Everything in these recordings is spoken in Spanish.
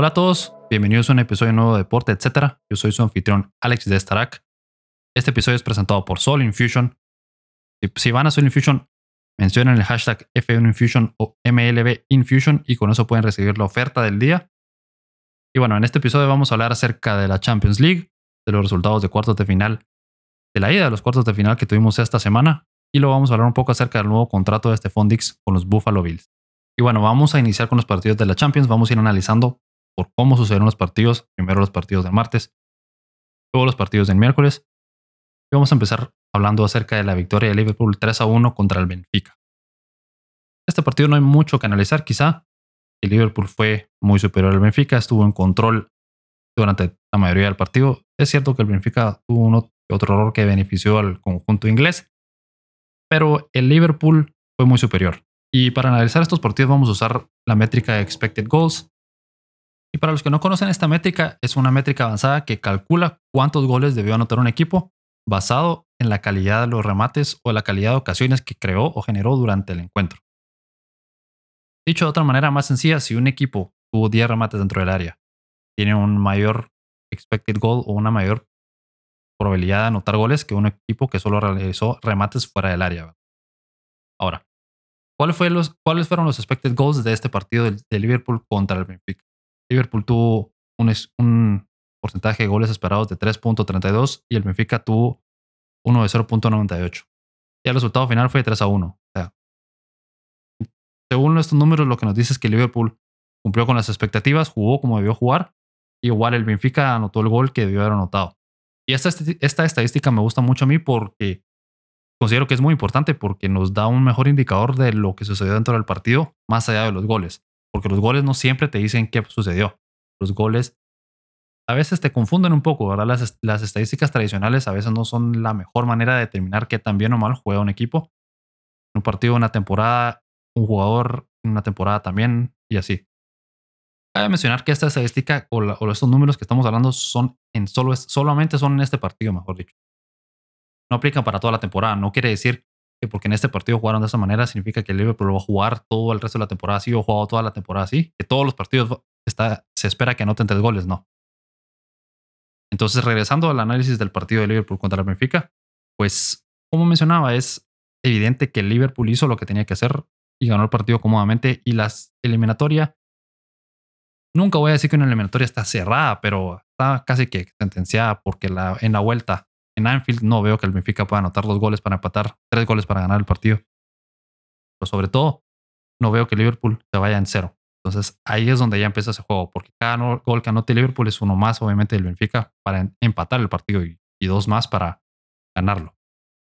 Hola a todos, bienvenidos a un episodio nuevo de Deporte, etc. Yo soy su anfitrión Alex de Starak. Este episodio es presentado por Soul Infusion. Si van a Soul Infusion, mencionen el hashtag F1Infusion o MLB Infusion y con eso pueden recibir la oferta del día. Y bueno, en este episodio vamos a hablar acerca de la Champions League, de los resultados de cuartos de final, de la ida de los cuartos de final que tuvimos esta semana y luego vamos a hablar un poco acerca del nuevo contrato de Stephon Diggs con los Buffalo Bills. Y bueno, vamos a iniciar con los partidos de la Champions. Vamos a ir analizando por cómo sucedieron los partidos. Primero los partidos del martes, luego los partidos del miércoles. Y vamos a empezar hablando acerca de la victoria de Liverpool 3-1 contra el Benfica. Este partido no hay mucho que analizar, quizá. El Liverpool fue muy superior al Benfica, estuvo en control durante la mayoría del partido. Es cierto que el Benfica tuvo uno que otro error que benefició al conjunto inglés, pero el Liverpool fue muy superior. Y para analizar estos partidos vamos a usar la métrica de Expected Goals. Y para los que no conocen esta métrica, es una métrica avanzada que calcula cuántos goles debió anotar un equipo basado en la calidad de los remates o la calidad de ocasiones que creó o generó durante el encuentro. Dicho de otra manera más sencilla, si un equipo tuvo 10 remates dentro del área, tiene un mayor expected goal o una mayor probabilidad de anotar goles que un equipo que solo realizó remates fuera del área. Ahora, ¿cuáles fueron los expected goals de este partido de Liverpool contra el Benfica? Liverpool tuvo un porcentaje de goles esperados de 3.32 y el Benfica tuvo uno de 0.98. Y el resultado final fue 3-1. O sea, según estos números, lo que nos dice es que Liverpool cumplió con las expectativas, jugó como debió jugar, y igual el Benfica anotó el gol que debió haber anotado. Y esta estadística me gusta mucho a mí porque considero que es muy importante porque nos da un mejor indicador de lo que sucedió dentro del partido, más allá de los goles. Porque los goles no siempre te dicen qué sucedió. Los goles a veces te confunden un poco, ¿verdad? Las estadísticas tradicionales a veces no son la mejor manera de determinar qué tan bien o mal juega un equipo. En un partido, una temporada, un jugador, en una temporada también, y así. Cabe mencionar que esta estadística o estos números que estamos hablando solamente son en este partido, mejor dicho. No aplican para toda la temporada. No quiere decir que porque en este partido jugaron de esa manera significa que el Liverpool va a jugar todo el resto de la temporada así o jugado toda la temporada así. Que todos los partidos se espera que anoten 3 goles, no. Entonces, regresando al análisis del partido de Liverpool contra el Benfica, pues, como mencionaba, es evidente que el Liverpool hizo lo que tenía que hacer y ganó el partido cómodamente. Y las eliminatoria, nunca voy a decir que una eliminatoria está cerrada, pero está casi que sentenciada porque en la vuelta en Anfield no veo que el Benfica pueda anotar 2 goles para empatar, 3 goles para ganar el partido. Pero sobre todo, no veo que Liverpool se vaya en 0. Entonces ahí es donde ya empieza ese juego, porque cada gol que anote Liverpool es uno más, obviamente, del Benfica para empatar el partido y 2 más para ganarlo.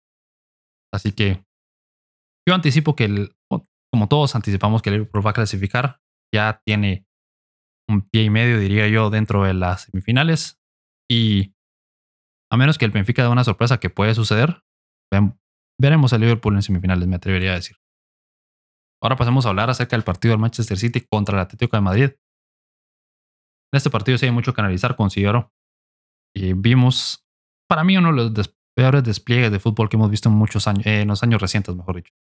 Así que yo anticipo que, como todos anticipamos que Liverpool va a clasificar, ya tiene un pie y medio, diría yo, dentro de las semifinales. Y a menos que el Benfica dé una sorpresa que puede suceder, veremos a Liverpool en semifinales, me atrevería a decir. Ahora pasemos a hablar acerca del partido del Manchester City contra el Atlético de Madrid. En este partido sí hay mucho que analizar, considero. Y vimos, para mí, uno de los peores despliegues de fútbol que hemos visto en muchos años, en los años recientes, mejor dicho.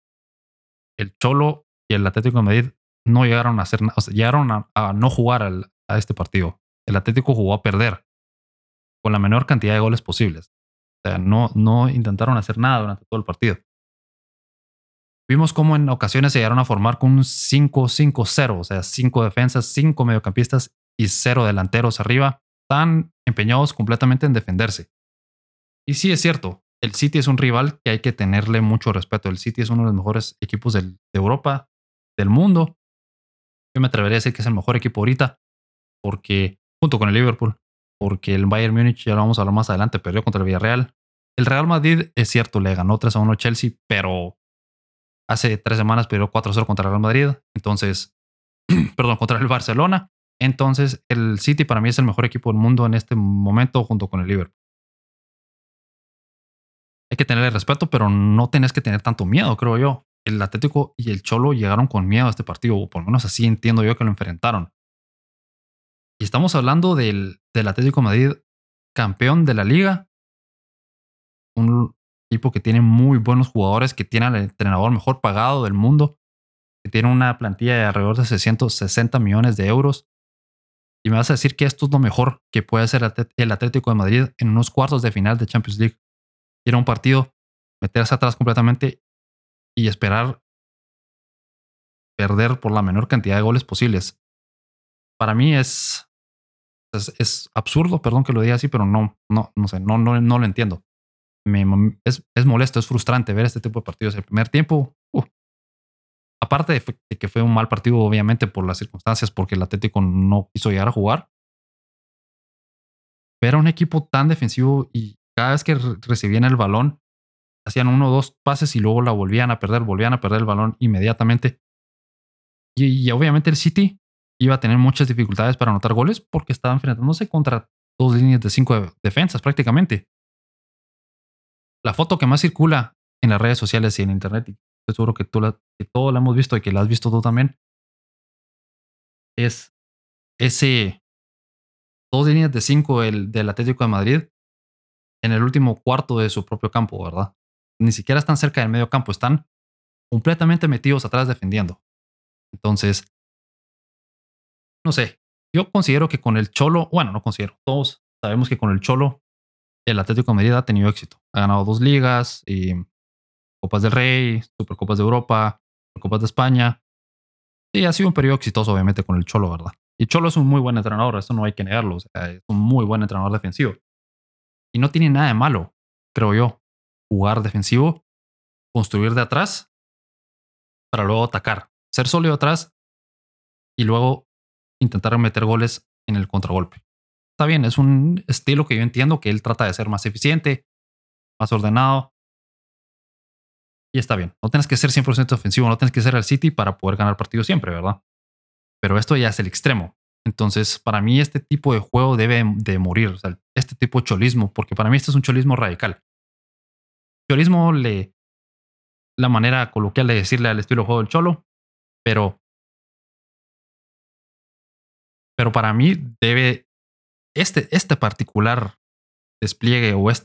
El Cholo y el Atlético de Madrid no llegaron a hacer nada, o sea, llegaron a no jugar a este partido. El Atlético jugó a perder con la menor cantidad de goles posibles. O sea, no intentaron hacer nada durante todo el partido. Vimos cómo en ocasiones se llegaron a formar con un 5-5-0, o sea, 5 defensas, 5 mediocampistas y 0 delanteros arriba, tan empeñados completamente en defenderse. Y sí es cierto, el City es un rival que hay que tenerle mucho respeto. El City es uno de los mejores equipos de Europa, del mundo. Yo me atrevería a decir que es el mejor equipo ahorita, porque junto con el Liverpool, porque el Bayern Múnich, ya lo vamos a hablar más adelante, perdió contra el Villarreal. El Real Madrid, es cierto, le ganó 3-1 a Chelsea, pero hace 3 semanas perdió 4-0 contra el Real Madrid. Entonces, perdón, contra el Barcelona. Entonces, el City para mí es el mejor equipo del mundo en este momento junto con el Liverpool. Hay que tenerle respeto, pero no tenés que tener tanto miedo, creo yo. El Atlético y el Cholo llegaron con miedo a este partido, o por lo menos así entiendo yo que lo enfrentaron. Y estamos hablando del Atlético de Madrid, campeón de la liga, un equipo que tiene muy buenos jugadores, que tiene al entrenador mejor pagado del mundo, que tiene una plantilla de alrededor de 660 millones de euros. Y me vas a decir que esto es lo mejor que puede hacer el Atlético de Madrid en unos cuartos de final de Champions League. Ir a un partido, meterse atrás completamente y esperar perder por la menor cantidad de goles posibles. Para mí es absurdo, perdón que lo diga así, pero no sé, no lo entiendo. Es molesto, es frustrante ver este tipo de partidos. El primer tiempo, aparte de que fue un mal partido, obviamente, por las circunstancias, porque el Atlético no quiso llegar a jugar, pero era un equipo tan defensivo y cada vez que recibían el balón, hacían uno o dos pases y luego la volvían a perder el balón inmediatamente. Y obviamente el City iba a tener muchas dificultades para anotar goles porque estaba enfrentándose contra dos líneas de cinco defensas prácticamente. La foto que más circula en las redes sociales y en internet, y estoy seguro que que todos la hemos visto y que la has visto tú también, es ese dos líneas de cinco del Atlético de Madrid en el último cuarto de su propio campo, ¿verdad? Ni siquiera están cerca del medio campo, están completamente metidos atrás defendiendo. Entonces, no sé, yo considero que con el Cholo, bueno, no considero, todos sabemos que con el Cholo el Atlético de Madrid ha tenido éxito. Ha ganado dos ligas, y Copas del Rey, Supercopas de Europa, Copas de España. Sí, ha sido un periodo exitoso, obviamente, con el Cholo, ¿verdad? Y Cholo es un muy buen entrenador, eso no hay que negarlo. O sea, es un muy buen entrenador defensivo. Y no tiene nada de malo, creo yo, jugar defensivo, construir de atrás para luego atacar. Ser sólido atrás y luego intentar meter goles en el contragolpe. Está bien, es un estilo que yo entiendo que él trata de ser más eficiente, más ordenado. Y está bien. No tienes que ser 100% ofensivo, no tienes que ser el City para poder ganar partidos siempre, ¿verdad? Pero esto ya es el extremo. Entonces, para mí este tipo de juego debe de morir. O sea, este tipo de cholismo, porque para mí esto es un cholismo radical. Cholismo, la manera coloquial de decirle al estilo de juego del cholo, pero, pero para mí debe este particular despliegue o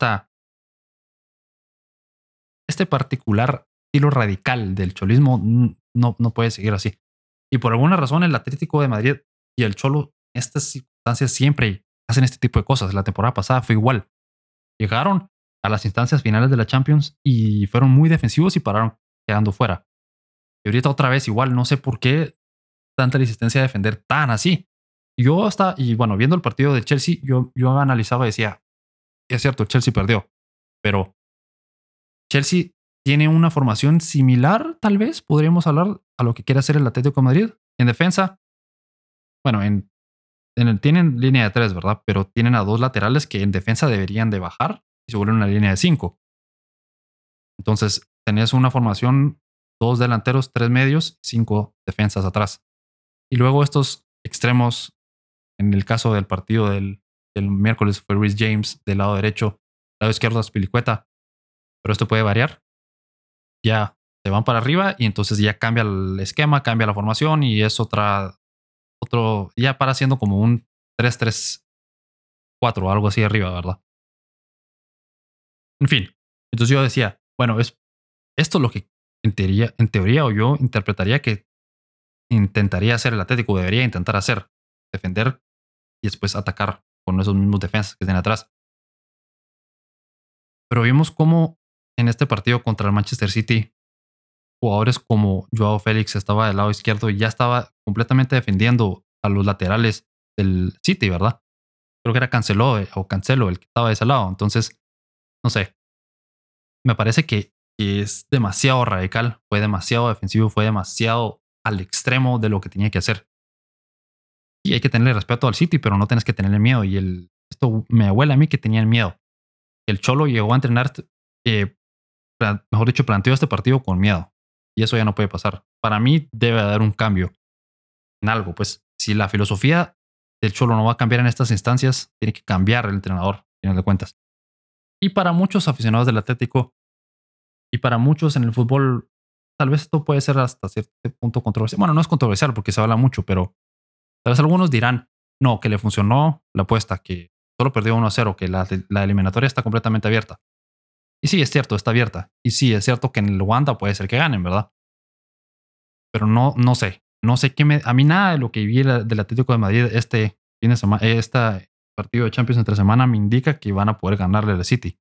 este particular estilo radical del cholismo no puede seguir así. Y por alguna razón el Atlético de Madrid y el Cholo en estas circunstancias siempre hacen este tipo de cosas. La temporada pasada fue igual. Llegaron a las instancias finales de la Champions y fueron muy defensivos y pararon quedando fuera. Y ahorita otra vez igual, no sé por qué tanta resistencia a defender tan así. Yo hasta, y bueno, viendo el partido de Chelsea, yo analizaba y decía, es cierto, Chelsea perdió, pero Chelsea tiene una formación similar, tal vez, podríamos hablar a lo que quiere hacer el Atlético de Madrid. En defensa, bueno, tienen línea de tres, ¿verdad? Pero tienen a dos laterales que en defensa deberían de bajar y se vuelven una línea de cinco. Entonces, tenés una formación, dos delanteros, tres medios, cinco defensas atrás. Y luego estos extremos, en el caso del partido del miércoles fue Reece James del lado derecho, lado izquierdo es Pilicueta, pero esto puede variar. Ya se van para arriba y entonces ya cambia el esquema, cambia la formación y es ya para siendo como un 3-3-4 o algo así arriba, ¿verdad? En fin, entonces yo decía, bueno, es esto lo que en teoría o yo interpretaría que intentaría hacer el Atlético, debería intentar hacer, defender y después atacar con esos mismos defensas que estén atrás. Pero vimos cómo en este partido contra el Manchester City, jugadores como Joao Félix estaba del lado izquierdo y ya estaba completamente defendiendo a los laterales del City, ¿verdad? Creo que era Cancelo el que estaba de ese lado. Entonces, no sé, me parece que es demasiado radical, fue demasiado defensivo, fue demasiado al extremo de lo que tenía que hacer. Y hay que tenerle respeto al City, pero no tienes que tenerle miedo. Y esto me huele a mí que tenían miedo. El Cholo llegó a entrenar, eh, mejor dicho, planteó este partido con miedo. Y eso ya no puede pasar. Para mí debe haber un cambio en algo. Pues si la filosofía del Cholo no va a cambiar en estas instancias, tiene que cambiar el entrenador, al final de cuentas. Y para muchos aficionados del Atlético y para muchos en el fútbol, tal vez esto puede ser hasta cierto punto controversial. Bueno, no es controversial porque se habla mucho, pero tal vez algunos dirán, no, que le funcionó la apuesta, que solo perdió 1-0, que la eliminatoria está completamente abierta. Y sí, es cierto, está abierta. Y sí, es cierto que en el Wanda puede ser que ganen, ¿verdad? Pero no sé. No sé qué a mí nada de lo que vi del Atlético de Madrid este partido de Champions entre semana me indica que van a poder ganarle al City.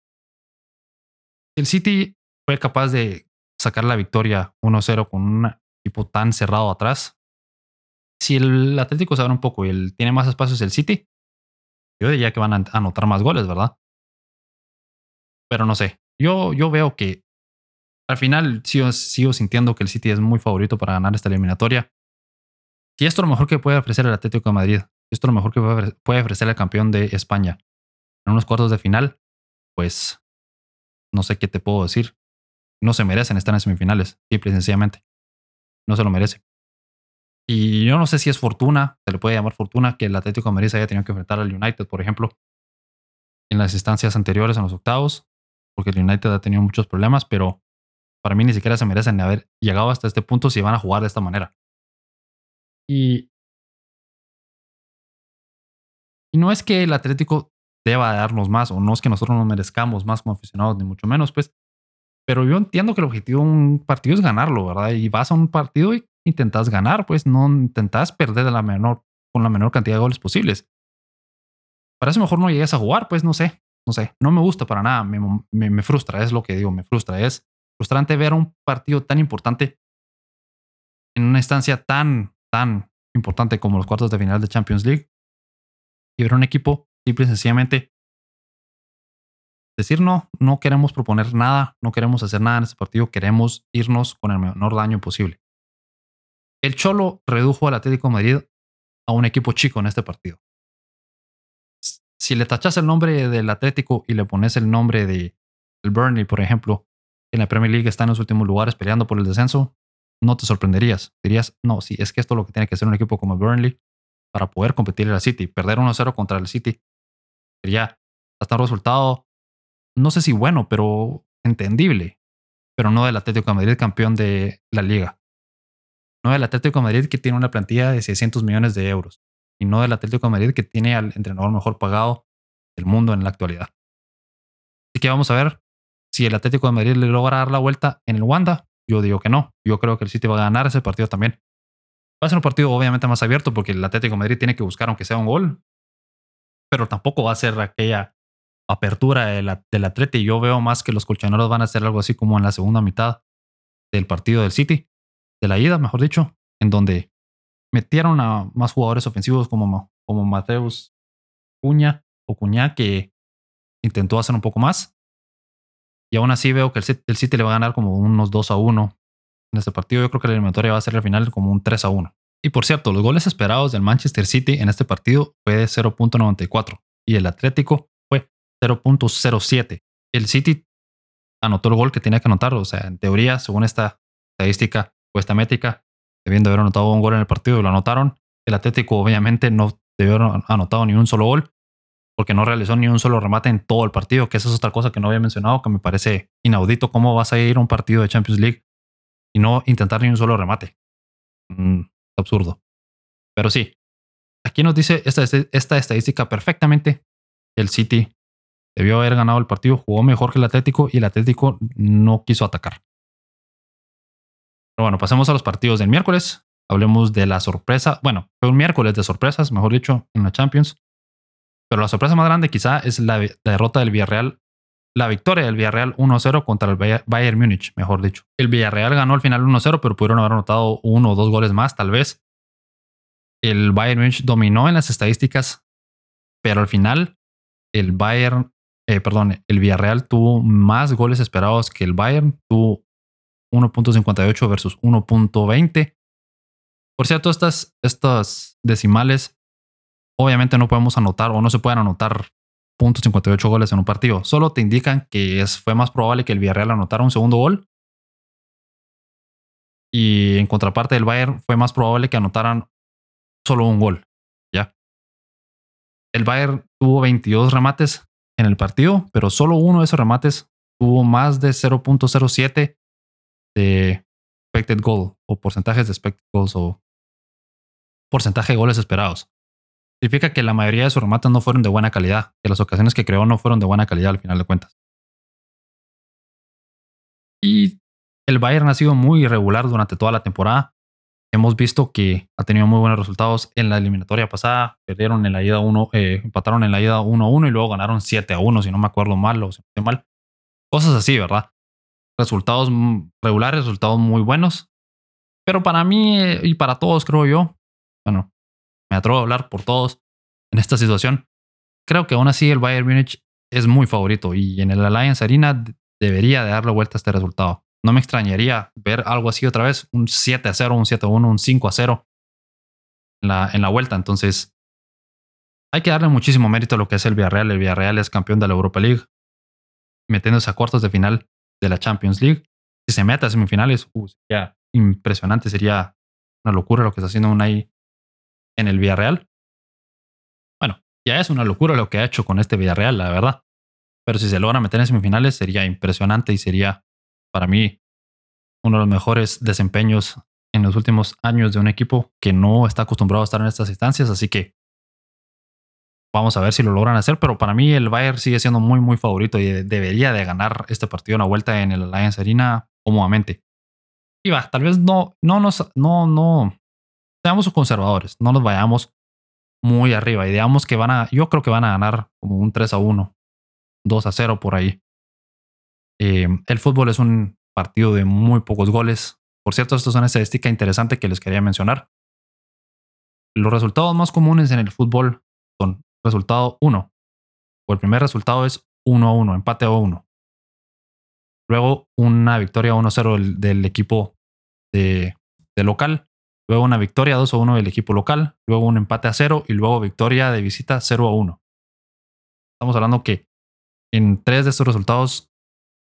El City fue capaz de sacar la victoria 1-0 con un equipo tan cerrado atrás. Si el Atlético se abre un poco y tiene más espacios el City, yo diría que van a anotar más goles, ¿verdad? Pero no sé. Yo veo que al final sigo sintiendo que el City es muy favorito para ganar esta eliminatoria. Si esto es lo mejor que puede ofrecer el Atlético de Madrid, si esto es lo mejor que puede ofrecer el campeón de España en unos cuartos de final, pues no sé qué te puedo decir. No se merecen estar en semifinales, simple y sencillamente. No se lo merece. Y yo no sé si es fortuna, se le puede llamar fortuna, que el Atlético de Madrid se haya tenido que enfrentar al United, por ejemplo, en las instancias anteriores, en los octavos, porque el United ha tenido muchos problemas, pero para mí ni siquiera se merecen haber llegado hasta este punto si van a jugar de esta manera. Y, y no es que el Atlético deba darnos más, o no es que nosotros nos merezcamos más como aficionados, ni mucho menos, pues. Pero yo entiendo que el objetivo de un partido es ganarlo, ¿verdad? Y vas a un partido y intentas ganar, pues no intentas perder con la menor cantidad de goles posibles. Para eso mejor no llegues a jugar, pues no sé, no sé. No me gusta para nada, me frustra, es lo que digo, me frustra. Es frustrante ver un partido tan importante en una instancia tan importante como los cuartos de final de Champions League y ver un equipo simple y sencillamente decir no, no queremos proponer nada, no queremos hacer nada en este partido, queremos irnos con el menor daño posible. El Cholo redujo al Atlético de Madrid a un equipo chico en este partido. Si le tachas el nombre del Atlético y le pones el nombre del Burnley, por ejemplo, en la Premier League está en los últimos lugares peleando por el descenso, no te sorprenderías. Dirías, no, sí, es que esto es lo que tiene que hacer un equipo como el Burnley para poder competir en la City. Perder 1-0 contra el City sería hasta un resultado, no sé si bueno, pero entendible. Pero no del Atlético de Madrid campeón de la Liga. No del Atlético de Madrid que tiene una plantilla de 600 millones de euros. Y no del Atlético de Madrid que tiene al entrenador mejor pagado del mundo en la actualidad. Así que vamos a ver si el Atlético de Madrid le logra dar la vuelta en el Wanda. Yo digo que no. Yo creo que el City va a ganar ese partido también. Va a ser un partido obviamente más abierto porque el Atlético de Madrid tiene que buscar aunque sea un gol. Pero tampoco va a ser aquella apertura del Atlético. Yo veo más que los colchoneros van a hacer algo así como en la segunda mitad del partido del City. De la ida, mejor dicho. En donde metieron a más jugadores ofensivos como Mateus Cuña que intentó hacer un poco más. Y aún así veo que el City le va a ganar como unos 2-1 en este partido. Yo creo que la eliminatoria va a ser al final como un 3-1. Y por cierto, los goles esperados del Manchester City en este partido fue de 0.94 y el Atlético fue 0.07. El City anotó el gol que tenía que anotar. O sea, en teoría, según esta estadística o esta métrica, debiendo haber anotado un gol en el partido y lo anotaron. El Atlético obviamente no debió haber anotado ni un solo gol porque no realizó ni un solo remate en todo el partido, que esa es otra cosa que no había mencionado, que me parece inaudito. ¿Cómo vas a ir a un partido de Champions League y no intentar ni un solo remate? Absurdo. Pero sí, aquí nos dice esta estadística perfectamente. El City debió haber ganado el partido, jugó mejor que el Atlético y el Atlético no quiso atacar. Pero bueno, pasemos a los partidos del miércoles. Hablemos de la sorpresa. Bueno, fue un miércoles de sorpresas, mejor dicho, en la Champions. Pero la sorpresa más grande quizá es la derrota del Villarreal, la victoria del Villarreal 1-0 contra el Bayern Múnich, mejor dicho. El Villarreal ganó al final 1-0, pero pudieron haber anotado 1 o 2 goles más, tal vez. El Bayern Múnich dominó en las estadísticas, pero al final el el Villarreal tuvo más goles esperados que el Bayern, tuvo 1.58 versus 1.20. Por cierto, estas decimales obviamente no podemos anotar o no se pueden anotar .58 goles en un partido. Solo te indican que fue más probable que el Villarreal anotara un segundo gol. Y en contraparte del Bayern fue más probable que anotaran solo un gol. ¿Ya? El Bayern tuvo 22 remates en el partido, pero solo uno de esos remates tuvo más de 0.07 de expected goal o porcentajes de expected goals o porcentaje de goles esperados. Significa que la mayoría de sus remates no fueron de buena calidad, que las ocasiones que creó no fueron de buena calidad al final de cuentas. Y el Bayern ha sido muy irregular durante toda la temporada. hemos visto que ha tenido muy buenos resultados en la eliminatoria pasada. Perdieron en la ida 1, empataron en la ida 1-1 y luego ganaron 7-1, si no me acuerdo mal o si no estoy mal. Cosas así, ¿verdad? Resultados regulares, resultados muy buenos. Pero para mí y para todos, creo yo, bueno, me atrevo a hablar por todos en esta situación. Creo que aún así el Bayern Múnich es muy favorito y en el Allianz Arena debería de darle vuelta a este resultado. No me extrañaría ver algo así otra vez, un 7-0, un 7-1, un 5-0 en la vuelta. Entonces, hay que darle muchísimo mérito a lo que es el Villarreal. El Villarreal es campeón de la Europa League, metiéndose a cuartos de final de la Champions League. Si se mete a semifinales, sería impresionante, sería una locura lo que está haciendo Unai en el Villarreal. Bueno, ya es una locura lo que ha hecho con este Villarreal, la verdad. Pero si se logra meter en semifinales, sería impresionante y sería, para mí, uno de los mejores desempeños en los últimos años de un equipo que no está acostumbrado a estar en estas instancias. Así que vamos a ver si lo logran hacer. Pero para mí, el Bayern sigue siendo muy, muy favorito y debería de ganar este partido en la vuelta en el Allianz Arena cómodamente. Y va, tal vez no seamos conservadores, no nos vayamos muy arriba y digamos que yo creo que van a ganar como un 3-1, 2-0 por ahí. El fútbol es un partido de muy pocos goles. Por cierto, esto es una estadística interesante que les quería mencionar. Los resultados más comunes en el fútbol son resultado 1, o el primer resultado es 1-1, empate a 1. Luego una victoria 1-0 del equipo de local. Luego una victoria 2-1 del equipo local. Luego un empate a 0 y luego victoria de visita 0-1. Estamos hablando que en 3 de estos resultados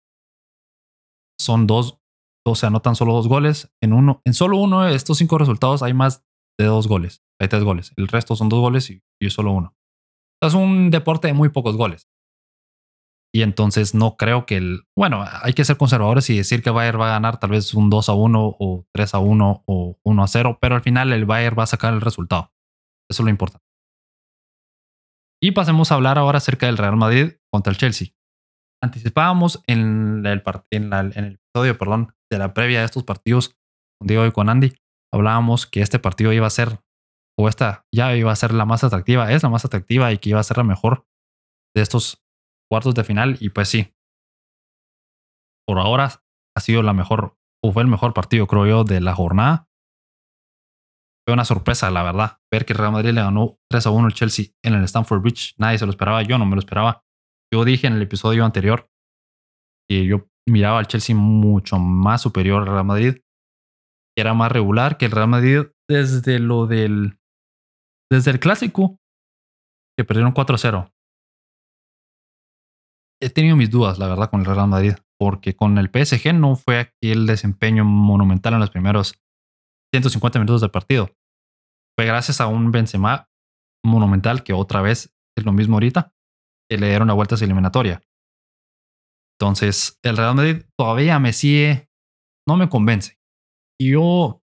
son se anotan solo 2 goles. En solo uno de estos 5 resultados hay más de 2 goles. Hay 3 goles. El resto son 2 goles y solo uno. Es un deporte de muy pocos goles. Y entonces no creo que bueno, hay que ser conservadores y decir que Bayern va a ganar tal vez un 2-1 o 3-1 o 1-0, pero al final el Bayern va a sacar el resultado. Eso es lo importante. Y pasemos a hablar ahora acerca del Real Madrid contra el Chelsea. Anticipábamos en el episodio, de la previa de estos partidos con Diego y con Andy, hablábamos que este partido iba a ser, o esta ya iba a ser la más atractiva, es la más atractiva y que iba a ser la mejor de estos cuartos de final. Y pues sí, por ahora ha sido la mejor, o fue el mejor partido, creo yo, de la jornada. Fue una sorpresa, la verdad, ver que el Real Madrid le ganó 3-1 al Chelsea en el Stamford Bridge. Nadie se lo esperaba, yo no me lo esperaba. Yo dije en el episodio anterior que yo miraba al Chelsea mucho más superior al Real Madrid, que era más regular que el Real Madrid desde el clásico, que perdieron 4-0. He tenido mis dudas, la verdad, con el Real Madrid, porque con el PSG no fue aquel desempeño monumental en los primeros 150 minutos del partido. Fue gracias a un Benzema monumental que otra vez es lo mismo ahorita, que le dieron la vuelta a esa eliminatoria. Entonces, el Real Madrid todavía me sigue, no me convence. Y yo,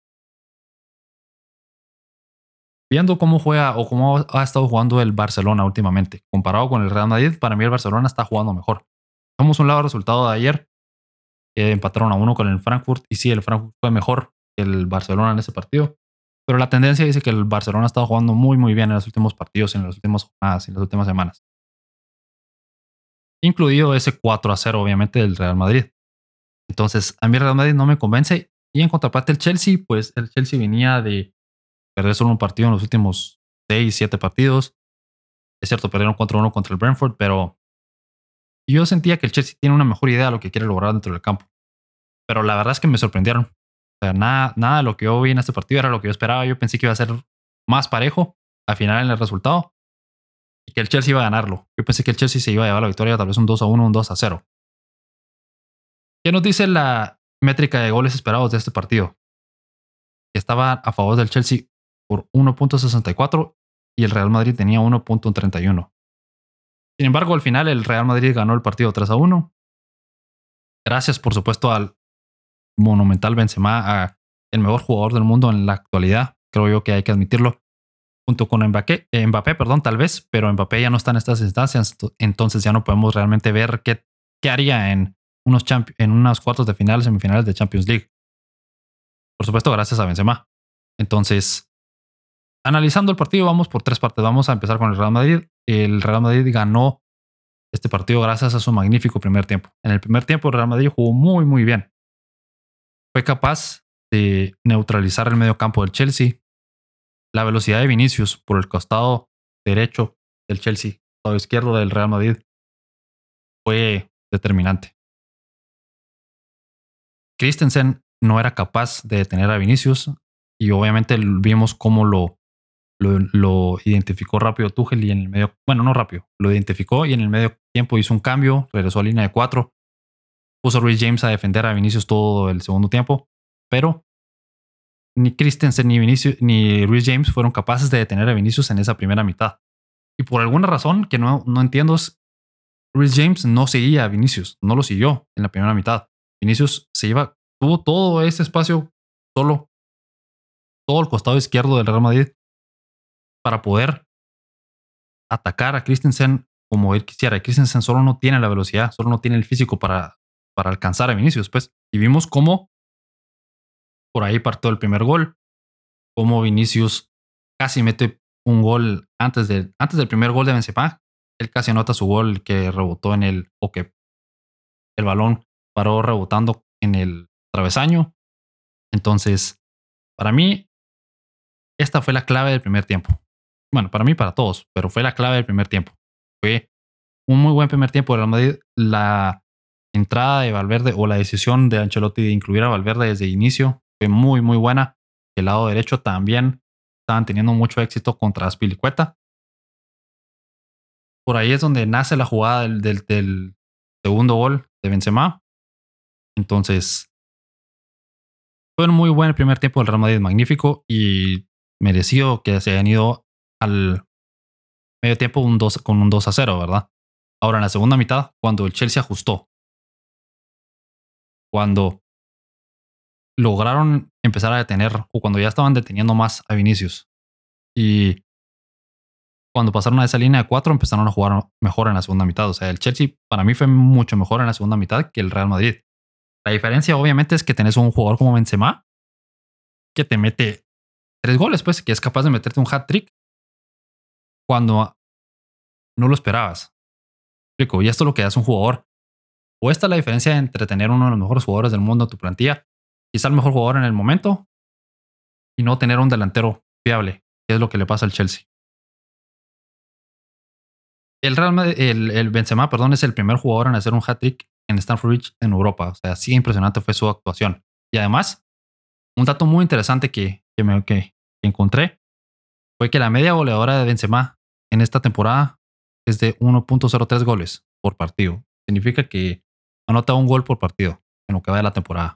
viendo cómo juega o cómo ha estado jugando el Barcelona últimamente, comparado con el Real Madrid, para mí el Barcelona está jugando mejor. Vamos a un lado el resultado de ayer, que empataron a 1 con el Frankfurt, y sí, el Frankfurt fue mejor que el Barcelona en ese partido. Pero la tendencia dice que el Barcelona ha estado jugando muy, muy bien en los últimos partidos, en las últimas jornadas, en las últimas semanas. Incluido ese 4-0, obviamente, del Real Madrid. Entonces, a mí el Real Madrid no me convence. Y en contraparte, el Chelsea, pues el Chelsea venía de perder solo un partido en los últimos 6, 7 partidos. Es cierto, perdieron 4-1 contra el Brentford, pero yo sentía que el Chelsea tiene una mejor idea de lo que quiere lograr dentro del campo. Pero la verdad es que me sorprendieron. O sea, nada de lo que yo vi en este partido era lo que yo esperaba. Yo pensé que iba a ser más parejo al final en el resultado y que el Chelsea iba a ganarlo. Yo pensé que el Chelsea se iba a llevar la victoria, tal vez un 2-1, un 2-0. ¿Qué nos dice la métrica de goles esperados de este partido? Que estaba a favor del Chelsea por 1.64 y el Real Madrid tenía 1.31. Sin embargo, al final el Real Madrid ganó el partido 3-1. Gracias, por supuesto, al monumental Benzema, el mejor jugador del mundo en la actualidad. Creo yo que hay que admitirlo. Junto con Mbappé, tal vez, pero Mbappé ya no está en estas instancias, entonces ya no podemos realmente ver qué haría en unos cuartos de final, semifinales de Champions League. Por supuesto, gracias a Benzema. Entonces, analizando el partido, vamos por tres partes. Vamos a empezar con el Real Madrid. El Real Madrid ganó este partido gracias a su magnífico primer tiempo. En el primer tiempo, el Real Madrid jugó muy, muy bien. Fue capaz de neutralizar el medio campo del Chelsea. La velocidad de Vinicius por el costado derecho del Chelsea, costado izquierdo del Real Madrid, fue determinante. Christensen no era capaz de detener a Vinicius y obviamente vimos cómo lo identificó rápido Tuchel y en el medio, bueno, no rápido, lo identificó y en el medio tiempo hizo un cambio, regresó a línea de 4, puso a Reece James a defender a Vinicius todo el segundo tiempo, pero ni Christensen ni Vinicius ni Reece James fueron capaces de detener a Vinicius en esa primera mitad. Y por alguna razón que no entiendo, Reece James no seguía a Vinicius, no lo siguió en la primera mitad. Vinicius tuvo todo ese espacio solo, todo el costado izquierdo del Real Madrid para poder atacar a Christensen como él quisiera. Christensen solo no tiene la velocidad, solo no tiene el físico para alcanzar a Vinicius, pues. Y vimos cómo por ahí partió el primer gol, cómo Vinicius casi mete un gol antes del primer gol de Benzema. Él casi anota su gol que rebotó o que el balón paró rebotando en el travesaño. Entonces, para mí, esta fue la clave del primer tiempo. Bueno, para mí, para todos, pero fue la clave del primer tiempo. Fue un muy buen primer tiempo del Real Madrid. La entrada de Valverde o la decisión de Ancelotti de incluir a Valverde desde el inicio fue muy, muy buena. El lado derecho también estaban teniendo mucho éxito contra Azpilicueta. Por ahí es donde nace la jugada del segundo gol de Benzema. Entonces, fue un muy buen primer tiempo del Real Madrid, magnífico y merecido que se hayan ido al medio tiempo con un 2-0, ¿verdad? Ahora, en la segunda mitad, cuando el Chelsea ajustó, cuando lograron empezar a detener o cuando ya estaban deteniendo más a Vinicius y cuando pasaron a esa línea de 4 empezaron a jugar mejor en la segunda mitad. O sea, el Chelsea para mí fue mucho mejor en la segunda mitad que el Real Madrid. La diferencia obviamente es que tenés un jugador como Benzema que te mete 3 goles, pues, que es capaz de meterte un hat-trick cuando no lo esperabas. Y esto es lo que hace un jugador. O esta es la diferencia entre tener uno de los mejores jugadores del mundo en tu plantilla, quizá el mejor jugador en el momento, y no tener un delantero fiable, que es lo que le pasa al Chelsea. El Real Madrid, el Benzema, perdón, es el primer jugador en hacer un hat-trick en Stamford Bridge en Europa. O sea, sí impresionante fue su actuación. Y además, un dato muy interesante que encontré fue que la media goleadora de Benzema en esta temporada es de 1.03 goles por partido. Significa que anota un gol por partido en lo que va de la temporada.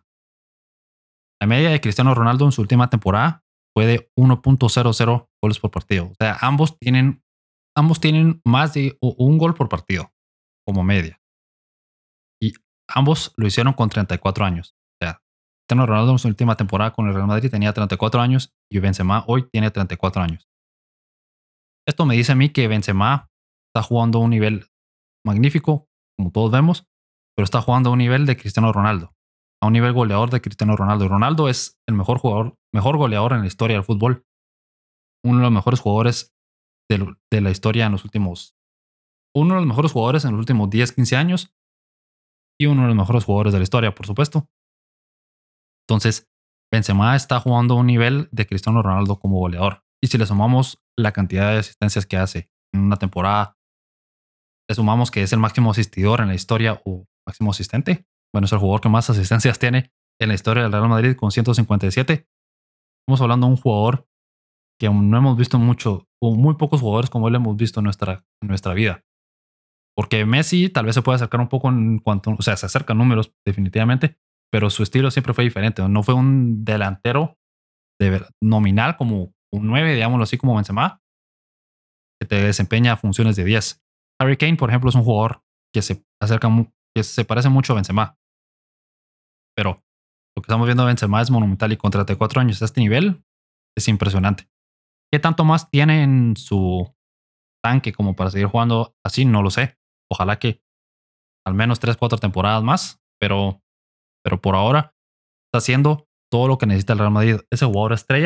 La media de Cristiano Ronaldo en su última temporada fue de 1.00 goles por partido. O sea, ambos tienen más de un gol por partido como media. Y ambos lo hicieron con 34 años. O sea, Cristiano Ronaldo en su última temporada con el Real Madrid tenía 34 años y Benzema hoy tiene 34 años. Esto me dice a mí que Benzema está jugando a un nivel magnífico, como todos vemos, pero está jugando a un nivel de Cristiano Ronaldo, a un nivel goleador de Cristiano Ronaldo. Ronaldo es el mejor jugador, mejor goleador en la historia del fútbol, uno de los mejores jugadores de la historia en los últimos, uno de los mejores jugadores en los últimos 10, 15 años y uno de los mejores jugadores de la historia, por supuesto. Entonces, Benzema está jugando a un nivel de Cristiano Ronaldo como goleador. Y si le sumamos la cantidad de asistencias que hace en una temporada, le sumamos que es el máximo asistidor en la historia o máximo asistente. Bueno, es el jugador que más asistencias tiene en la historia del Real Madrid con 157. Estamos hablando de un jugador que aún no hemos visto mucho o muy pocos jugadores como él hemos visto en nuestra vida. Porque Messi tal vez se puede acercar un poco en cuanto, o sea, se acercan números definitivamente, pero su estilo siempre fue diferente. No fue un delantero nominal como un 9, digámoslo así, como Benzema, que te desempeña funciones de 10. Harry Kane, por ejemplo, es un jugador que se acerca, que se parece mucho a Benzema, pero lo que estamos viendo de Benzema es monumental y con 34 años a este nivel es impresionante. ¿Qué tanto más tiene en su tanque como para seguir jugando así? No lo sé. Ojalá que al menos 3, 4 temporadas más, pero por ahora está haciendo todo lo que necesita el Real Madrid. Ese jugador estrella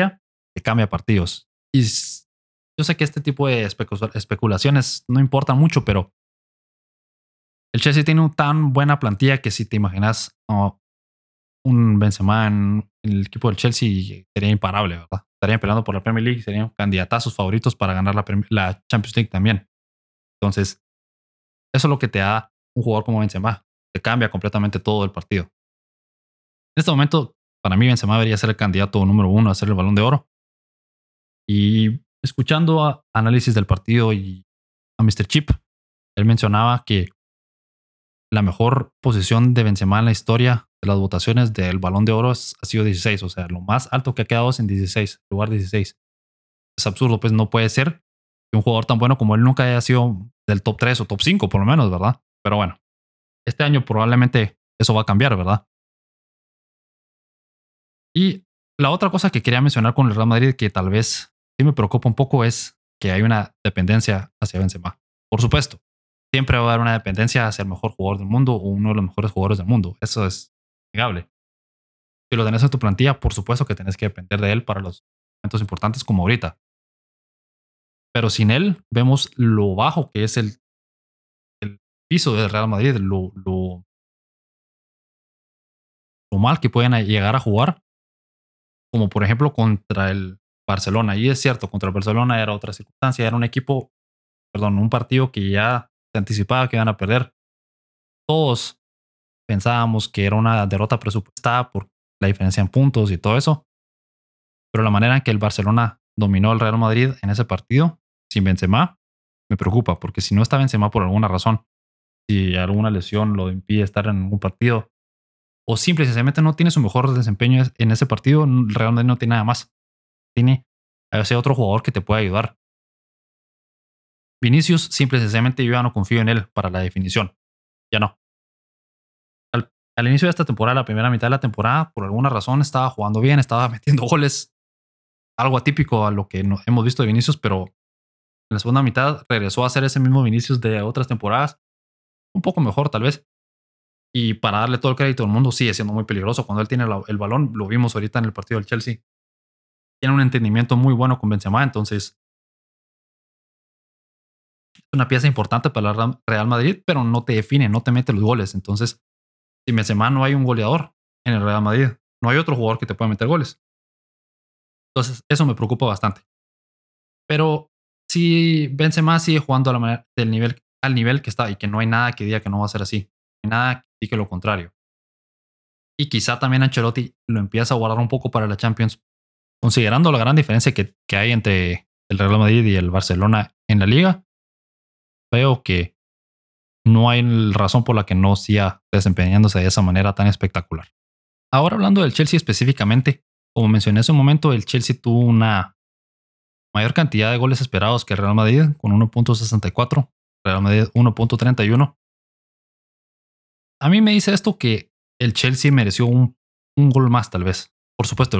te cambia partidos. Y yo sé que este tipo de especulaciones no importan mucho, pero el Chelsea tiene una tan buena plantilla que si te imaginas un Benzema en el equipo del Chelsea sería imparable, ¿verdad? Estarían peleando por la Premier League, serían candidatazos favoritos para ganar la Champions League también. Entonces, eso es lo que te da un jugador como Benzema. Te cambia completamente todo el partido. En este momento, para mí, Benzema debería ser el candidato número uno a ser el Balón de Oro. Y escuchando análisis del partido y a Mr. Chip, él mencionaba que la mejor posición de Benzema en la historia de las votaciones del Balón de Oro ha sido 16. O sea, lo más alto que ha quedado es en 16, lugar 16. Es absurdo, pues no puede ser que un jugador tan bueno como él nunca haya sido del top 3 o top 5, por lo menos, ¿verdad? Pero bueno, este año probablemente eso va a cambiar, ¿verdad? Y la otra cosa que quería mencionar con el Real Madrid que tal vez sí me preocupa un poco es que hay una dependencia hacia Benzema. Por supuesto, siempre va a haber una dependencia hacia el mejor jugador del mundo o uno de los mejores jugadores del mundo. Eso es innegable. Si lo tenés en tu plantilla, por supuesto que tenés que depender de él para los momentos importantes como ahorita. Pero sin él, vemos lo bajo que es el piso del Real Madrid, lo mal que pueden llegar a jugar, como por ejemplo contra el Barcelona. Y es cierto, contra el Barcelona era otra circunstancia, era un equipo, perdón, un partido que ya se anticipaba que iban a perder. Todos pensábamos que era una derrota presupuestada por la diferencia en puntos y todo eso, pero la manera en que el Barcelona dominó al Real Madrid en ese partido, sin Benzema, me preocupa, porque si no está Benzema por alguna razón, si alguna lesión lo impide estar en un partido, o simple y sencillamente no tiene su mejor desempeño en ese partido, el Real Madrid no tiene nada más. Tiene a ese otro jugador que te puede ayudar. Vinicius, simple y sencillamente yo ya no confío en él para la definición. Ya no. Al inicio de esta temporada, la primera mitad de la temporada, por alguna razón estaba jugando bien, estaba metiendo goles, algo atípico a lo que no, hemos visto de Vinicius, pero en la segunda mitad regresó a ser ese mismo Vinicius de otras temporadas, un poco mejor tal vez. Y para darle todo el crédito del mundo, sigue siendo muy peligroso. Cuando él tiene el balón, lo vimos ahorita en el partido del Chelsea. Tiene un entendimiento muy bueno con Benzema, entonces es una pieza importante para el Real Madrid, pero no te define, no te mete los goles. Entonces, sin Benzema no hay un goleador en el Real Madrid. No hay otro jugador que te pueda meter goles. Entonces, eso me preocupa bastante. Pero si Benzema sigue jugando a la manera, al nivel que está y que no hay nada que diga que no va a ser así, no hay nada que diga lo contrario. Y quizá también Ancelotti lo empieza a guardar un poco para la Champions, considerando la gran diferencia que hay entre el Real Madrid y el Barcelona en la liga. Veo que no hay razón por la que no siga desempeñándose de esa manera tan espectacular. Ahora hablando del Chelsea específicamente, como mencioné hace un momento, el Chelsea tuvo una mayor cantidad de goles esperados que el Real Madrid con 1.64, Real Madrid 1.31. A mí me dice esto que el Chelsea mereció un gol más tal vez. Por supuesto,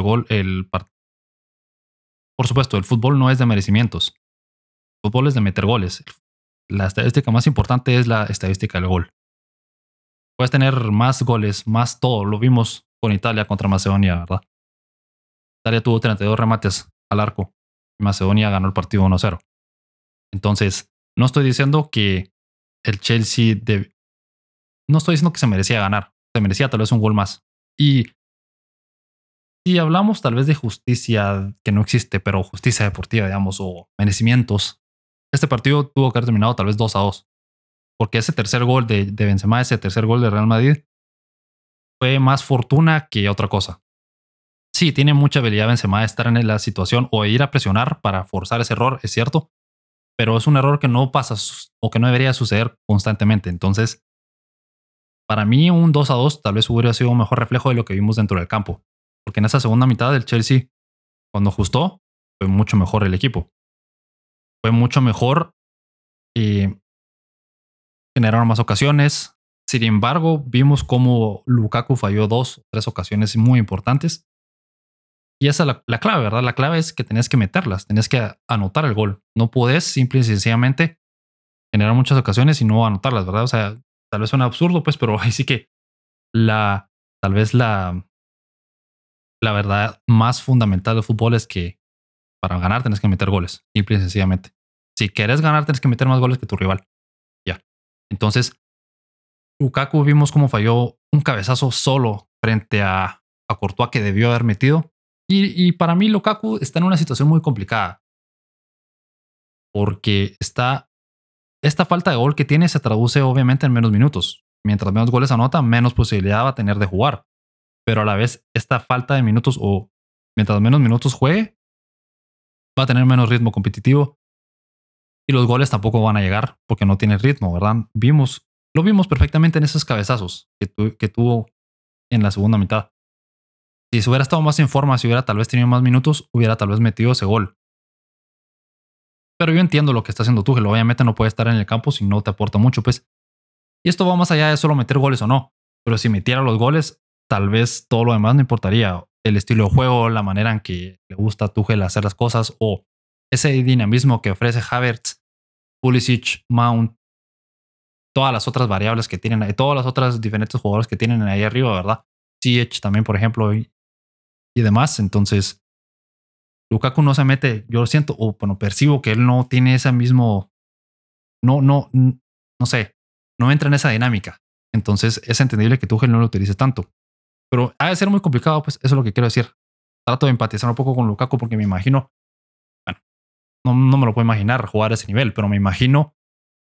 por supuesto, el fútbol no es de merecimientos. El fútbol es de meter goles. La estadística más importante es la estadística del gol. Puedes tener más goles, más todo. Lo vimos con Italia contra Macedonia, ¿verdad? Italia tuvo 32 remates al arco y Macedonia ganó el partido 1-0. Entonces, no estoy diciendo que el Chelsea no estoy diciendo que se merecía ganar. Se merecía tal vez un gol más. Y si hablamos tal vez de justicia que no existe, pero justicia deportiva, digamos, o merecimientos, este partido tuvo que haber terminado tal vez 2-2. Porque ese tercer gol de Benzema, ese tercer gol de Real Madrid, fue más fortuna que otra cosa. Sí, tiene mucha habilidad Benzema de estar en la situación o ir a presionar para forzar ese error, es cierto, pero es un error que no pasa o que no debería suceder constantemente. Entonces, para mí un 2-2 tal vez hubiera sido un mejor reflejo de lo que vimos dentro del campo, porque en esa segunda mitad del Chelsea, cuando ajustó, fue mucho mejor el equipo. Fue mucho mejor y generaron más ocasiones. Sin embargo, vimos cómo Lukaku falló 2 o 3 ocasiones muy importantes. Y esa es la clave, ¿verdad? La clave es que tenés que meterlas, tenés que anotar el gol. No podés simple y sencillamente generar muchas ocasiones y no anotarlas, ¿verdad? O sea, tal vez suena absurdo, pues, pero ahí sí que tal vez la verdad más fundamental del fútbol es que Para ganar tienes que meter goles, simple y sencillamente. Si quieres ganar tienes que meter más goles que tu rival. Ya. Entonces, Lukaku vimos cómo falló un cabezazo solo frente a Courtois que debió haber metido. Y para mí Lukaku está en una situación muy complicada porque esta falta de gol que tiene se traduce obviamente en menos minutos. Mientras menos goles anota, menos posibilidad va a tener de jugar. Pero a la vez, esta falta de minutos o mientras menos minutos juegue, va a tener menos ritmo competitivo y los goles tampoco van a llegar porque no tiene ritmo, ¿verdad? Lo vimos perfectamente en esos cabezazos que tuvo en la segunda mitad. Si se hubiera estado más en forma, si hubiera tal vez tenido más minutos, hubiera tal vez metido ese gol. Pero yo entiendo lo que está haciendo Tuchel. Obviamente no puede estar en el campo si no te aporta mucho, pues. Y esto va más allá de solo meter goles o no. Pero si metiera los goles, tal vez todo lo demás no importaría. El estilo de juego, la manera en que le gusta a Tuchel hacer las cosas o ese dinamismo que ofrece Havertz, Pulisic, Mount, todas las otras variables que tienen, todas las otras diferentes jugadores que tienen ahí arriba, ¿verdad? Ziyech también, por ejemplo, y demás. Entonces, Lukaku no se mete, yo lo siento, o bueno, percibo que él no tiene ese mismo, no sé, no entra en esa dinámica. Entonces, es entendible que Tuchel no lo utilice tanto. Pero ha de ser muy complicado, pues eso es lo que quiero decir. Trato de empatizar un poco con Lukaku porque me imagino, bueno, no me lo puedo imaginar jugar a ese nivel, pero me imagino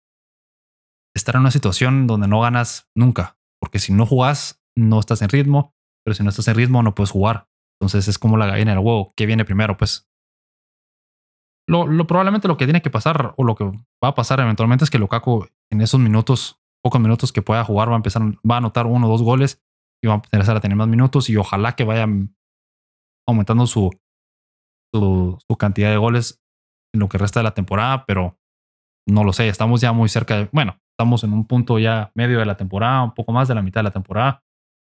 estar en una situación donde no ganas nunca, porque si no jugás, no estás en ritmo, pero si no estás en ritmo, no puedes jugar. Entonces es como la gallina del huevo. ¿Qué viene primero? Pues probablemente lo que tiene que pasar o lo que va a pasar eventualmente es que Lukaku en esos minutos, pocos minutos que pueda jugar, va a anotar 1 o 2 goles y va a empezar a tener más minutos y ojalá que vaya aumentando su cantidad de goles en lo que resta de la temporada, pero no lo sé, estamos ya muy cerca bueno, estamos en un punto ya medio de la temporada, un poco más de la mitad de la temporada.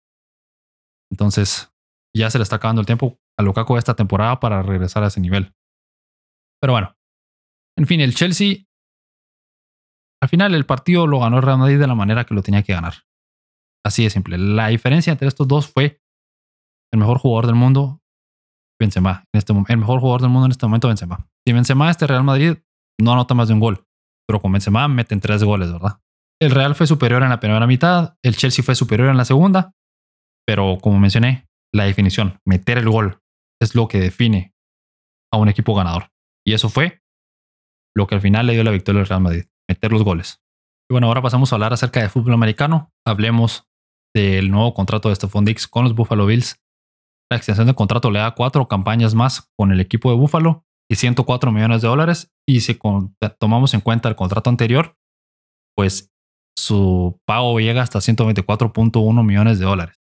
Entonces, ya se le está acabando el tiempo a Lukaku esta temporada para regresar a ese nivel. Pero bueno, en fin, el Chelsea, al final el partido lo ganó el Real Madrid de la manera que lo tenía que ganar. Así de simple. La diferencia entre estos dos fue el mejor jugador del mundo, Benzema. El mejor jugador del mundo en este momento, Benzema. Si Benzema, este Real Madrid no anota más de un gol, pero con Benzema meten 3 goles, ¿verdad? El Real fue superior en la primera mitad, el Chelsea fue superior en la segunda, pero como mencioné, la definición, meter el gol, es lo que define a un equipo ganador. Y eso fue lo que al final le dio la victoria al Real Madrid, meter los goles. Y bueno, ahora pasamos a hablar acerca de fútbol americano. Hablemos del nuevo contrato de Stephon Diggs con los Buffalo Bills. La extensión del contrato le da 4 campañas más con el equipo de Buffalo y $104 millones. Y si tomamos en cuenta el contrato anterior, pues su pago llega hasta $124.1 millones.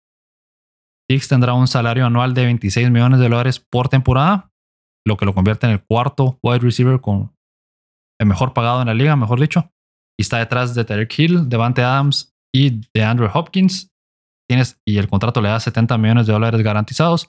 Diggs tendrá un salario anual de $26 millones por temporada, lo que lo convierte en el cuarto wide receiver con el mejor pagado en la liga, mejor dicho. Y está detrás de Tyreek Hill, Devante Adams y de Andrew Hopkins. Y el contrato le da $70 millones garantizados.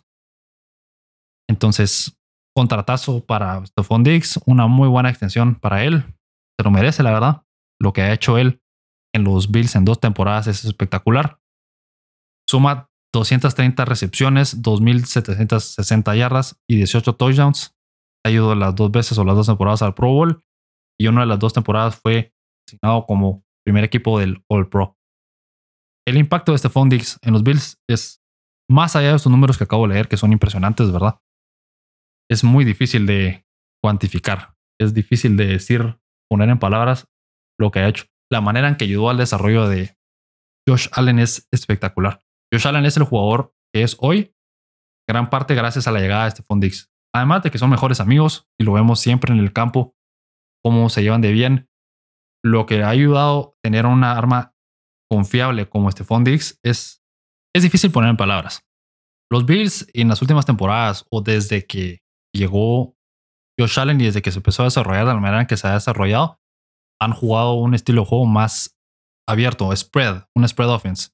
Entonces, contratazo para Stephon Diggs, una muy buena extensión para él. Se lo merece, la verdad. Lo que ha hecho él en los Bills en 2 temporadas es espectacular. Suma 230 recepciones, 2.760 yardas y 18 touchdowns. Ha ido las 2 veces o las 2 temporadas al Pro Bowl y una de las 2 temporadas fue asignado como primer equipo del All Pro. El impacto de Stephon Diggs en los Bills es más allá de estos números que acabo de leer, que son impresionantes, ¿verdad? Es muy difícil de cuantificar. Es difícil de decir, poner en palabras lo que ha hecho. La manera en que ayudó al desarrollo de Josh Allen es espectacular. Josh Allen es el jugador que es hoy, gran parte gracias a la llegada de Stephon Diggs. Además de que son mejores amigos y lo vemos siempre en el campo, cómo se llevan de bien. Lo que ha ayudado a tener una arma confiable como Stephon Diggs es difícil poner en palabras. Los Bills en las últimas temporadas o desde que llegó Josh Allen y desde que se empezó a desarrollar de la manera en que se ha desarrollado, han jugado un estilo de juego más abierto, un spread offense,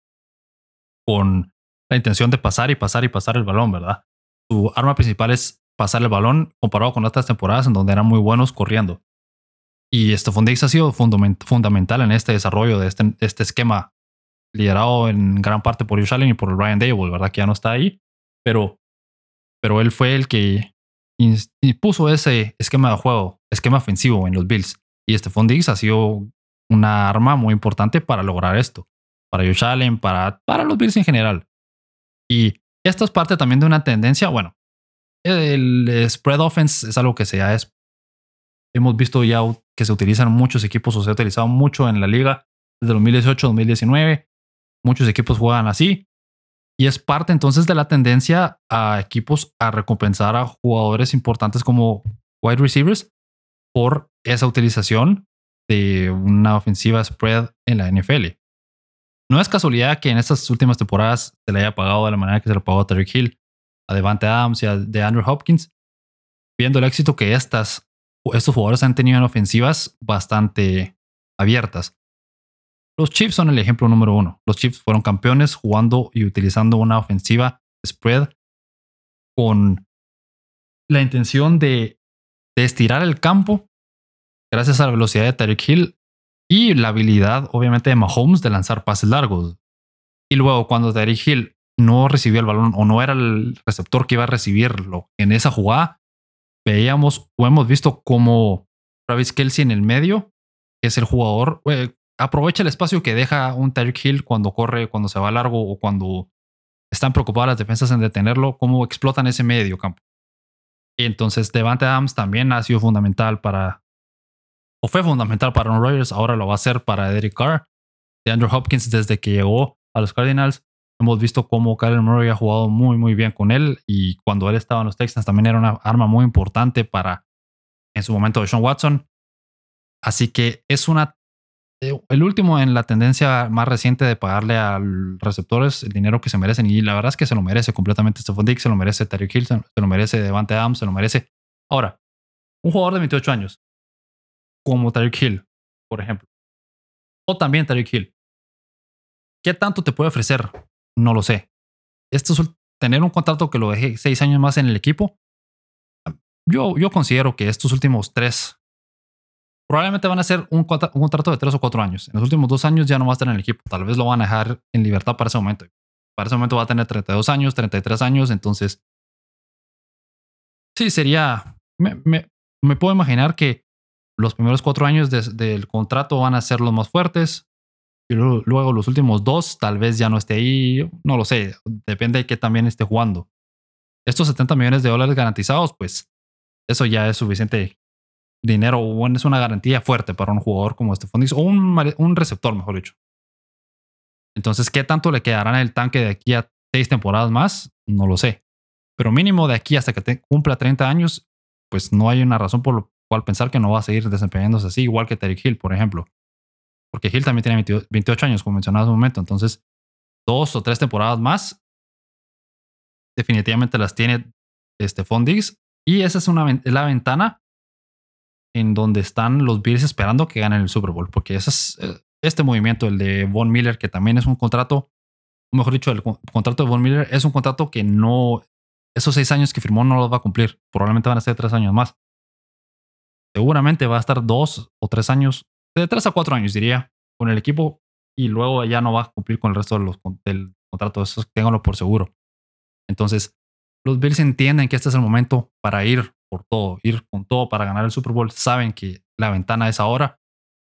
con la intención de pasar y pasar y pasar el balón, ¿verdad? Su arma principal es pasar el balón comparado con otras temporadas en donde eran muy buenos corriendo. Y Stephon Diggs ha sido fundamental en este desarrollo de este esquema liderado en gran parte por Josh Allen y por Brian Daboll, ¿verdad? Que ya no está ahí, pero él fue el que y puso ese esquema de juego, esquema ofensivo en los Bills. Y Stephon Diggs ha sido una arma muy importante para lograr esto. Para Josh Allen, para los Bills en general. Y esto es parte también de una tendencia. Bueno, el spread offense es algo que hemos visto ya que se utiliza en muchos equipos o se ha utilizado mucho en la liga desde 2018-2019. Muchos equipos juegan así. Y es parte entonces de la tendencia a equipos a recompensar a jugadores importantes como wide receivers por esa utilización de una ofensiva spread en la NFL. No es casualidad que en estas últimas temporadas se le haya pagado de la manera que se le pagó a Tyreek Hill, a Devante Adams y a DeAndre Hopkins, viendo el éxito que estos jugadores han tenido en ofensivas bastante abiertas. Los Chiefs son el ejemplo número uno. Los Chiefs fueron campeones jugando y utilizando una ofensiva spread con la intención de estirar el campo gracias a la velocidad de Tyreek Hill y la habilidad, obviamente, de Mahomes de lanzar pases largos. Y luego, cuando Tyreek Hill no recibió el balón o no era el receptor que iba a recibirlo en esa jugada, veíamos o hemos visto como Travis Kelce en el medio, que es el jugador, aprovecha el espacio que deja un Tyreek Hill cuando corre, cuando se va largo o cuando están preocupadas las defensas en detenerlo, cómo explotan ese medio campo. Y entonces Devante Adams también ha sido fundamental o fue fundamental para Aaron Rodgers, ahora lo va a ser para Derek Carr. De Andrew Hopkins, desde que llegó a los Cardinals, hemos visto cómo Kyler Murray ha jugado muy, muy bien con él. Y cuando él estaba en los Texans, también era una arma muy importante para, en su momento, Deshaun Watson. Así que es el último en la tendencia más reciente de pagarle a los receptores el dinero que se merecen. Y la verdad es que se lo merece completamente Stephon Diggs, se lo merece Tyreek Hill, se lo merece Devante Adams, se lo merece. Ahora, un jugador de 28 años, como Tyreek Hill, por ejemplo, o también Tyreek Hill, ¿qué tanto te puede ofrecer? No lo sé. Tener un contrato que lo deje 6 años más en el equipo, yo considero que estos últimos 3 probablemente van a ser un contrato de 3 o 4 años. En los últimos 2 años ya no va a estar en el equipo. Tal vez lo van a dejar en libertad para ese momento. Para ese momento va a tener 32 años, 33 años. Entonces, sí, sería. Me puedo imaginar que los primeros 4 años del contrato van a ser los más fuertes. Y luego los últimos 2 tal vez ya no esté ahí. No lo sé. Depende de qué también esté jugando. Estos $70 millones garantizados, pues eso ya es suficiente dinero. Bueno, es una garantía fuerte para un jugador como Stephon Diggs o un receptor, mejor dicho. Entonces, ¿qué tanto le quedará en el tanque de aquí a 6 temporadas más? No lo sé. Pero mínimo de aquí hasta que cumpla 30 años, pues no hay una razón por la cual pensar que no va a seguir desempeñándose así, igual que Tyreek Hill, por ejemplo. Porque Hill también tiene 28 años, como mencionaba hace un momento. Entonces, 2 o 3 temporadas más, definitivamente las tiene Stephon Diggs. Y esa es la ventana en donde están los Bills esperando que ganen el Super Bowl. Porque ese es este movimiento, el de Von Miller, que también es un contrato, o mejor dicho, el contrato de Von Miller es un contrato que no, esos 6 años que firmó no los va a cumplir. Probablemente van a ser 3 años más. Seguramente va a estar 2 o 3 años, de 3 a 4 años diría, con el equipo y luego ya no va a cumplir con el resto del contrato. Eso ténganlo por seguro. Entonces, los Bills entienden que este es el momento para ir por todo, ir con todo para ganar el Super Bowl. Saben que la ventana es ahora.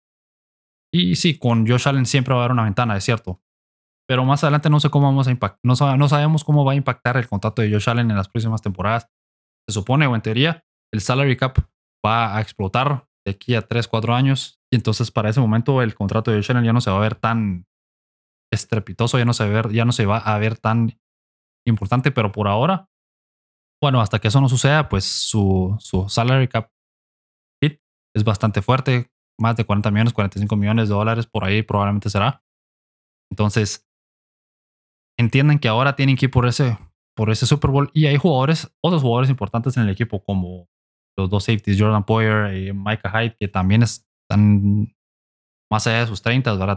Y sí, con Josh Allen siempre va a haber una ventana, es cierto. Pero más adelante no sé cómo vamos a impactar, no sabemos cómo va a impactar el contrato de Josh Allen en las próximas temporadas. Se supone, o en teoría, el salary cap va a explotar de aquí a 3, 4 años. Y entonces para ese momento el contrato de Josh Allen ya no se va a ver tan estrepitoso, ya no se va a ver tan importante. Pero por ahora, bueno, hasta que eso no suceda, pues su salary cap hit es bastante fuerte. Más de 40 millones, 45 millones de dólares por ahí probablemente será. Entonces, entienden que ahora tienen que ir por ese Super Bowl. Y hay otros jugadores importantes en el equipo, como los 2 safeties, Jordan Poyer y Micah Hyde, que también están más allá de sus 30, ¿verdad?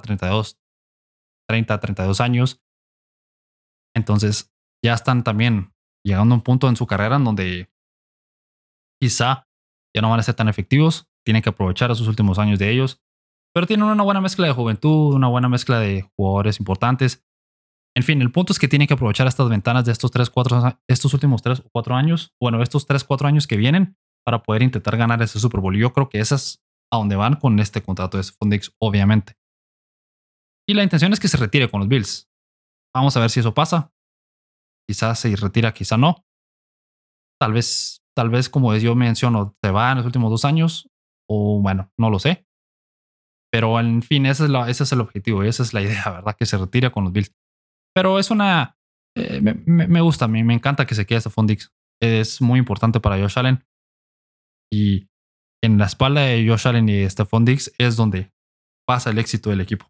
32 años. Entonces, ya están también llegando a un punto en su carrera en donde quizá ya no van a ser tan efectivos. Tienen que aprovechar esos últimos años de ellos. Pero tienen una buena mezcla de juventud, una buena mezcla de jugadores importantes. En fin, el punto es que tienen que aprovechar estas ventanas de estos últimos 3 o 4 años. Bueno, estos 3, 4 años que vienen para poder intentar ganar ese Super Bowl. Y yo creo que esa es a donde van con este contrato de Stephon Diggs, obviamente. Y la intención es que se retire con los Bills. Vamos a ver si eso pasa. Quizás se retira, quizá no. Tal vez, como yo menciono, se va en los últimos 2 años. O bueno, no lo sé. Pero en fin, ese es el objetivo y esa es la idea, ¿verdad? Que se retire con los Bills. Pero es una... me gusta, a mí me encanta que se quede Stephon Diggs. Es muy importante para Josh Allen. Y en la espalda de Josh Allen y Stephon Diggs es donde pasa el éxito del equipo.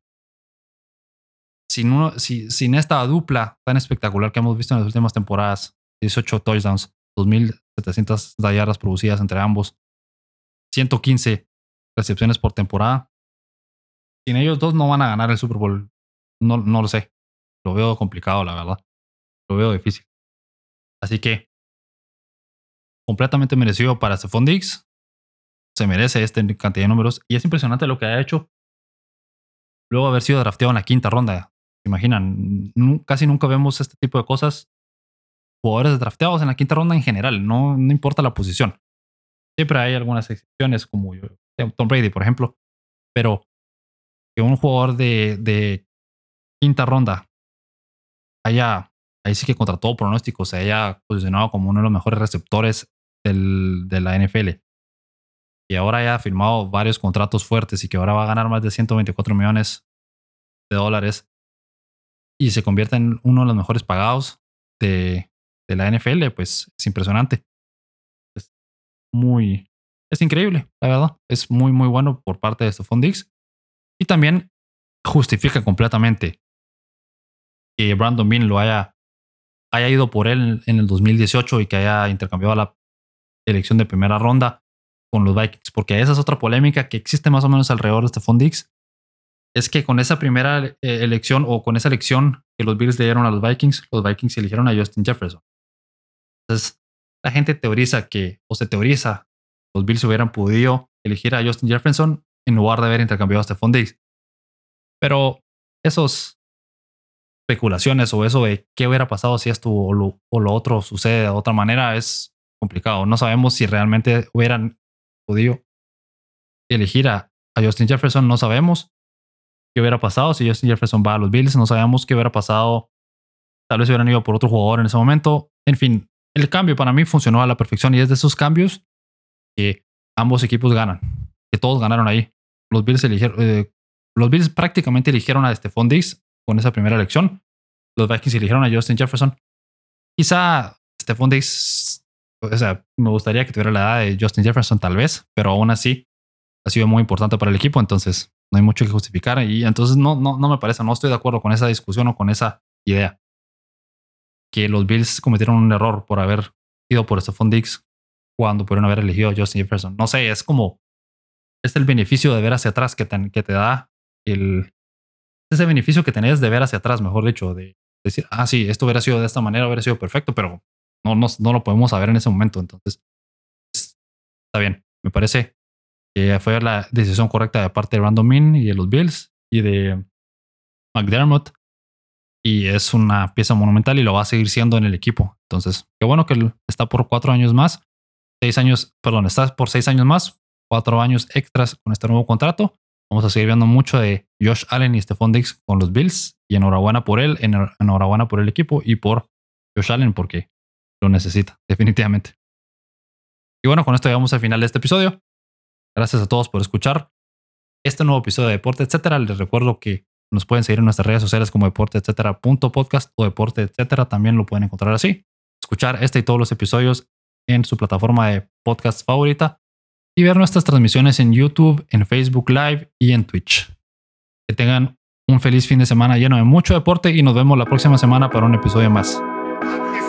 Sin esta dupla tan espectacular que hemos visto en las últimas temporadas, 18 touchdowns, 2,700 yardas producidas entre ambos, 115 recepciones por temporada. Sin ellos dos no van a ganar el Super Bowl. No lo sé. Lo veo complicado, la verdad. Lo veo difícil. Así que completamente merecido para Stephon Diggs. Se merece esta cantidad de números. Y es impresionante lo que ha hecho luego de haber sido drafteado en la 5ª ronda. ¿Se imaginan? Casi nunca vemos este tipo de cosas. Jugadores drafteados en la 5ª ronda en general. No importa la posición. Siempre hay algunas excepciones como Tom Brady, por ejemplo. Pero que un jugador de 5ª ronda ahí sí que contra todo pronóstico se haya posicionado como uno de los mejores receptores de la NFL. Y ahora ya ha firmado varios contratos fuertes y que ahora va a ganar más de 124 millones de dólares y se convierte en uno de los mejores pagados de la NFL, pues es impresionante. Es increíble, la verdad. Es muy, muy bueno por parte de Stephon Diggs. Y también justifica completamente que Brandon Beane lo haya ido por él en el 2018 y que haya intercambiado la elección de primera ronda con los Vikings, porque esa es otra polémica que existe más o menos alrededor de Stephon Diggs. Es que con esa primera elección o con esa elección que los Bills le dieron a los Vikings eligieron a Justin Jefferson. Entonces, la gente teoriza los Bills hubieran podido elegir a Justin Jefferson en lugar de haber intercambiado a Stephon Diggs. Pero esos especulaciones o eso de qué hubiera pasado si esto o lo otro sucede de otra manera es complicado. No sabemos si realmente hubieran podido elegir a Justin Jefferson. No sabemos qué hubiera pasado si Justin Jefferson va a los Bills. No sabemos qué hubiera pasado. Tal vez hubieran ido por otro jugador en ese momento. En fin, el cambio para mí funcionó a la perfección y es de esos cambios que ambos equipos ganan, que todos ganaron ahí. Los Bills prácticamente eligieron a Stephon Diggs con esa primera elección. Los Vikings eligieron a Justin Jefferson. Quizá Stephon Diggs, o sea, me gustaría que tuviera la edad de Justin Jefferson tal vez, pero aún así ha sido muy importante para el equipo, entonces no hay mucho que justificar y entonces no me parece, no estoy de acuerdo con esa discusión o con esa idea que los Bills cometieron un error por haber ido por Stephon Diggs cuando pudieron haber elegido a Justin Jefferson. No sé, es el beneficio de ver hacia atrás que te da ese beneficio que tenés de ver hacia atrás, mejor dicho, de decir, sí, esto hubiera sido de esta manera, hubiera sido perfecto, pero no lo podemos saber en ese momento. Entonces, está bien. Me parece que fue la decisión correcta de parte de Brandon Beane y de los Bills y de McDermott. Y es una pieza monumental y lo va a seguir siendo en el equipo. Entonces, qué bueno que está por 4 años más. Está por 6 años más, 4 años extras con este nuevo contrato. Vamos a seguir viendo mucho de Josh Allen y Stephon Diggs con los Bills. Y enhorabuena por él, enhorabuena por el equipo y por Josh Allen porque lo necesita, definitivamente. Y bueno, con esto llegamos al final de este episodio. Gracias a todos por escuchar este nuevo episodio de Deporte Etcétera. Les recuerdo que nos pueden seguir en nuestras redes sociales como deporteetcetera.podcast o Deporte Etcétera. También lo pueden encontrar así. Escuchar este y todos los episodios en su plataforma de podcast favorita y ver nuestras transmisiones en YouTube, en Facebook Live y en Twitch. Que tengan un feliz fin de semana lleno de mucho deporte y nos vemos la próxima semana para un episodio más.